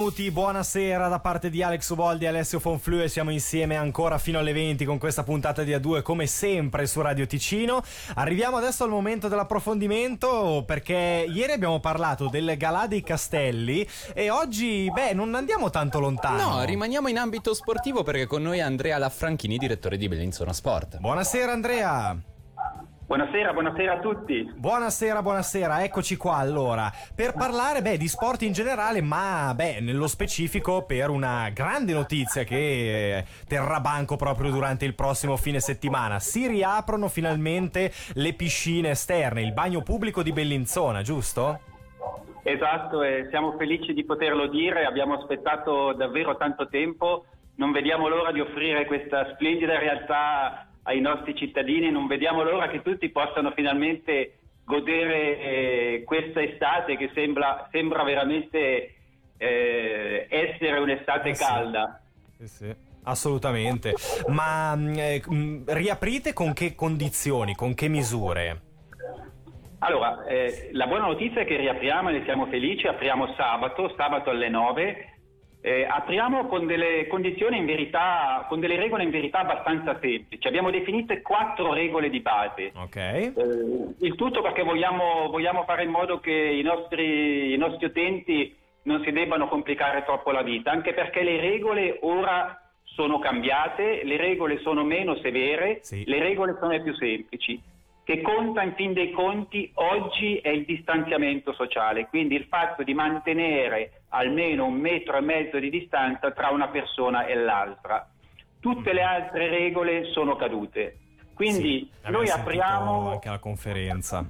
benvenuti, buonasera da parte di Alex Uboldi e Alessio Fonflue. Siamo insieme ancora fino alle 20 con questa puntata di A2 come sempre su Radio Ticino. Arriviamo adesso al momento dell'approfondimento, perché ieri abbiamo parlato del Galà dei Castelli e oggi, non andiamo tanto lontano. No, rimaniamo in ambito sportivo perché con noi è Andrea Laffranchini, direttore di Bellinzona Sport. Buonasera Andrea. Buonasera a tutti. Buonasera, eccoci qua allora per parlare di sport in generale, ma nello specifico per una grande notizia che terrà banco proprio durante il prossimo fine settimana. Si riaprono finalmente le piscine esterne, il bagno pubblico di Bellinzona, giusto? Esatto, e siamo felici di poterlo dire, abbiamo aspettato davvero tanto tempo, non vediamo l'ora di offrire questa splendida realtà ai nostri cittadini, non vediamo l'ora che tutti possano finalmente godere questa estate che sembra veramente essere un'estate calda. Sì, assolutamente. Ma riaprite con che condizioni, con che misure? Allora, la buona notizia è che riapriamo e ne siamo felici, apriamo sabato alle 9. Apriamo con delle condizioni in verità, con delle regole in verità abbastanza semplici. Abbiamo definite 4 regole di base. Ok. Il tutto perché vogliamo fare in modo che i nostri utenti non si debbano complicare troppo la vita, anche perché le regole ora sono cambiate, le regole sono meno severe, sì. Le regole sono più semplici. Che conta in fin dei conti oggi è il distanziamento sociale, quindi il fatto di mantenere almeno 1,5 metri di distanza tra una persona e l'altra. Tutte le altre regole sono cadute, quindi sì, noi apriamo anche la conferenza.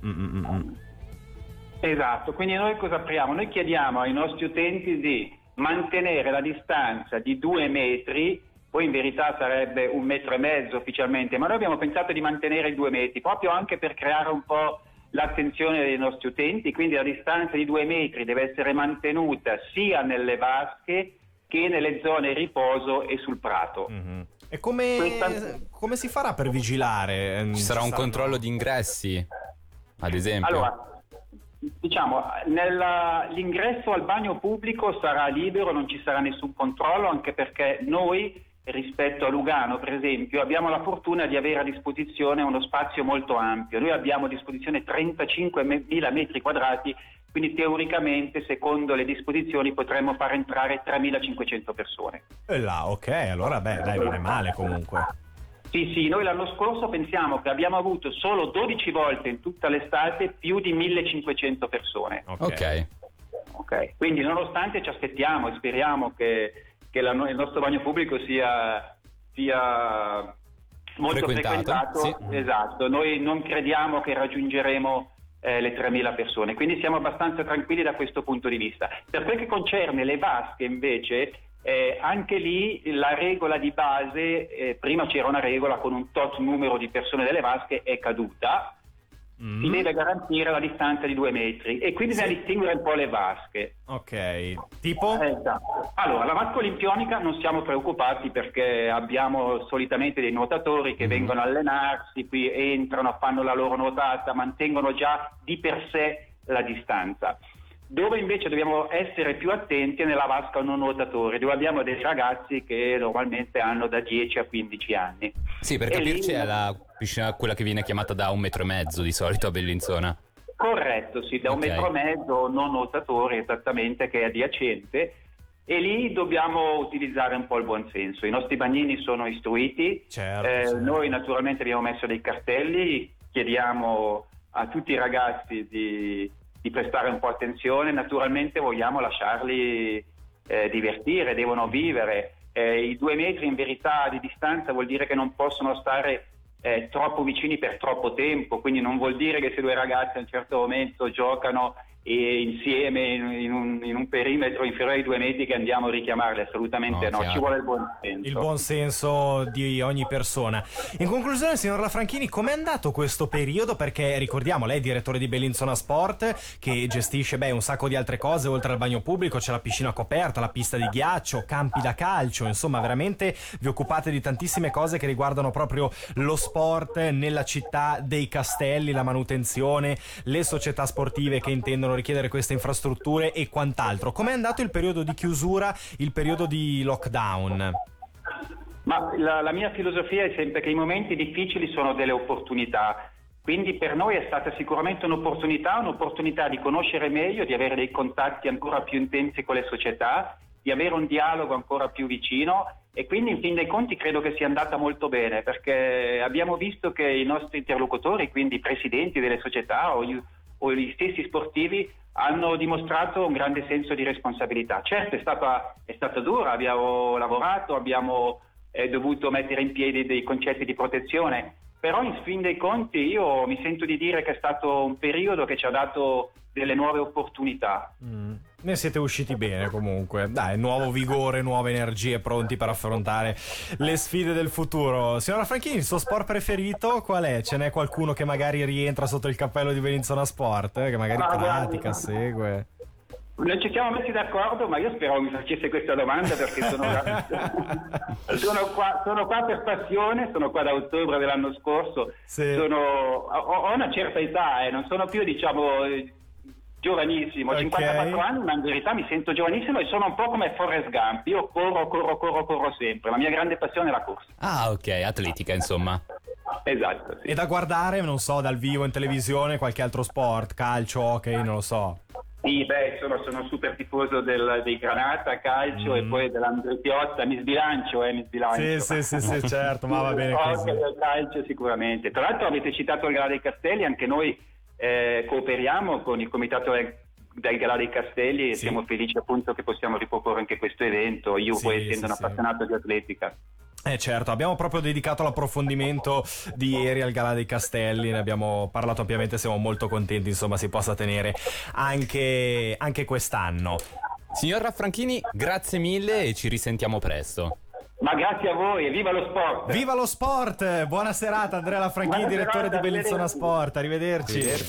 Esatto, quindi noi cosa apriamo? Noi chiediamo ai nostri utenti di mantenere la distanza di 2 metri. Poi in verità sarebbe 1,5 metri ufficialmente, ma noi abbiamo pensato di mantenere i 2 metri, proprio anche per creare un po' l'attenzione dei nostri utenti, quindi la distanza di 2 metri deve essere mantenuta sia nelle vasche che nelle zone riposo e sul prato. Mm-hmm. E come si farà per vigilare? Ci sarà un controllo di ingressi, ad esempio? Allora, diciamo, l'ingresso al bagno pubblico sarà libero, non ci sarà nessun controllo, anche perché noi rispetto a Lugano per esempio abbiamo la fortuna di avere a disposizione uno spazio molto ampio. Noi abbiamo a disposizione 35.000 metri quadrati, quindi teoricamente secondo le disposizioni potremmo far entrare 3.500 persone. Ok, allora dai, non è male comunque. Sì, noi l'anno scorso pensiamo che abbiamo avuto solo 12 volte in tutta l'estate più di 1.500 persone. Ok, quindi nonostante ci aspettiamo e speriamo che il nostro bagno pubblico sia molto frequentato. Sì. Esatto, noi non crediamo che raggiungeremo le 3.000 persone, quindi siamo abbastanza tranquilli da questo punto di vista. Per quel che concerne le vasche invece, anche lì la regola di base, prima c'era una regola con un tot numero di persone delle vasche, è caduta. Si deve garantire la distanza di 2 metri e quindi bisogna distinguere un po' le vasche. Ok, tipo? Esatto. Allora, la vasca olimpionica non siamo preoccupati perché abbiamo solitamente dei nuotatori che vengono a allenarsi, qui entrano, fanno la loro nuotata, mantengono già di per sé la distanza. Dove invece dobbiamo essere più attenti è nella vasca non nuotatori, dove abbiamo dei ragazzi che normalmente hanno da 10 a 15 anni. Sì, per capirci è la piscina quella che viene chiamata da 1,5 metri di solito a Bellinzona. Corretto, sì, da 1,5 metri non nuotatori esattamente, che è adiacente, e lì dobbiamo utilizzare un po' il buonsenso. I nostri bagnini sono istruiti, certo. Noi naturalmente abbiamo messo dei cartelli, chiediamo a tutti i ragazzi di prestare un po' attenzione, naturalmente vogliamo lasciarli divertire, devono vivere. I 2 metri in verità di distanza vuol dire che non possono stare troppo vicini per troppo tempo, quindi non vuol dire che se 2 ragazzi a un certo momento giocano insieme in un perimetro inferiore ai 2 metri che andiamo a richiamarli, assolutamente no, ci vuole il buon senso. Il buon senso di ogni persona. In conclusione, signor Laffranchini, com'è andato questo periodo? Perché ricordiamo, lei è direttore di Bellinzona Sport, che gestisce un sacco di altre cose, oltre al bagno pubblico c'è la piscina coperta, la pista di ghiaccio, campi da calcio, insomma veramente vi occupate di tantissime cose che riguardano proprio lo sport nella città dei Castelli, la manutenzione, le società sportive che intendono intendono richiedere queste infrastrutture e quant'altro. Com'è andato il periodo di chiusura, il periodo di lockdown? Ma la mia filosofia è sempre che i momenti difficili sono delle opportunità, quindi per noi è stata sicuramente un'opportunità di conoscere meglio, di avere dei contatti ancora più intensi con le società, di avere un dialogo ancora più vicino, e quindi in fin dei conti credo che sia andata molto bene, perché abbiamo visto che i nostri interlocutori, quindi i presidenti delle società o gli stessi sportivi, hanno dimostrato un grande senso di responsabilità. Certo è stata dura, abbiamo lavorato, abbiamo dovuto mettere in piedi dei concetti di protezione, però in fin dei conti io mi sento di dire che è stato un periodo che ci ha dato delle nuove opportunità. Ne siete usciti bene comunque, dai, nuovo vigore, nuove energie, pronti per affrontare le sfide del futuro. Signora Franchini, il suo sport preferito qual è? Ce n'è qualcuno che magari rientra sotto il cappello di Bellinzona Sport, che magari pratica, segue? Non ci siamo messi d'accordo, ma io speravo mi facesse questa domanda, perché sono qua per passione, sono qua da ottobre dell'anno scorso, sì. Ho una certa età, non sono più, diciamo, giovanissimo, okay. 54 anni, ma in verità mi sento giovanissimo e sono un po' come Forrest Gump. Io corro sempre, la mia grande passione è la corsa. Ah, ok, atletica insomma. Esatto, sì. E da guardare, non so, dal vivo in televisione, qualche altro sport, calcio, hockey, non lo so. Sì, sono super tifoso dei Granata, calcio, e poi dell'Andrettiotta, mi sbilancio. Sì, certo, ma va bene così. Del calcio sicuramente. Tra l'altro avete citato il Galà dei Castelli, anche noi cooperiamo con il comitato del Galà dei Castelli, e siamo felici appunto che possiamo riproporre anche questo evento, io poi essendo un appassionato di atletica. Certo, abbiamo proprio dedicato l'approfondimento di ieri al Galà dei Castelli, ne abbiamo parlato ampiamente, siamo molto contenti insomma si possa tenere anche quest'anno. Signor Raffranchini, grazie mille e ci risentiamo presto. Ma grazie a voi e viva lo sport! Viva lo sport! Buona serata Andrea Raffranchini, direttore di Bellinzona Sport, arrivederci.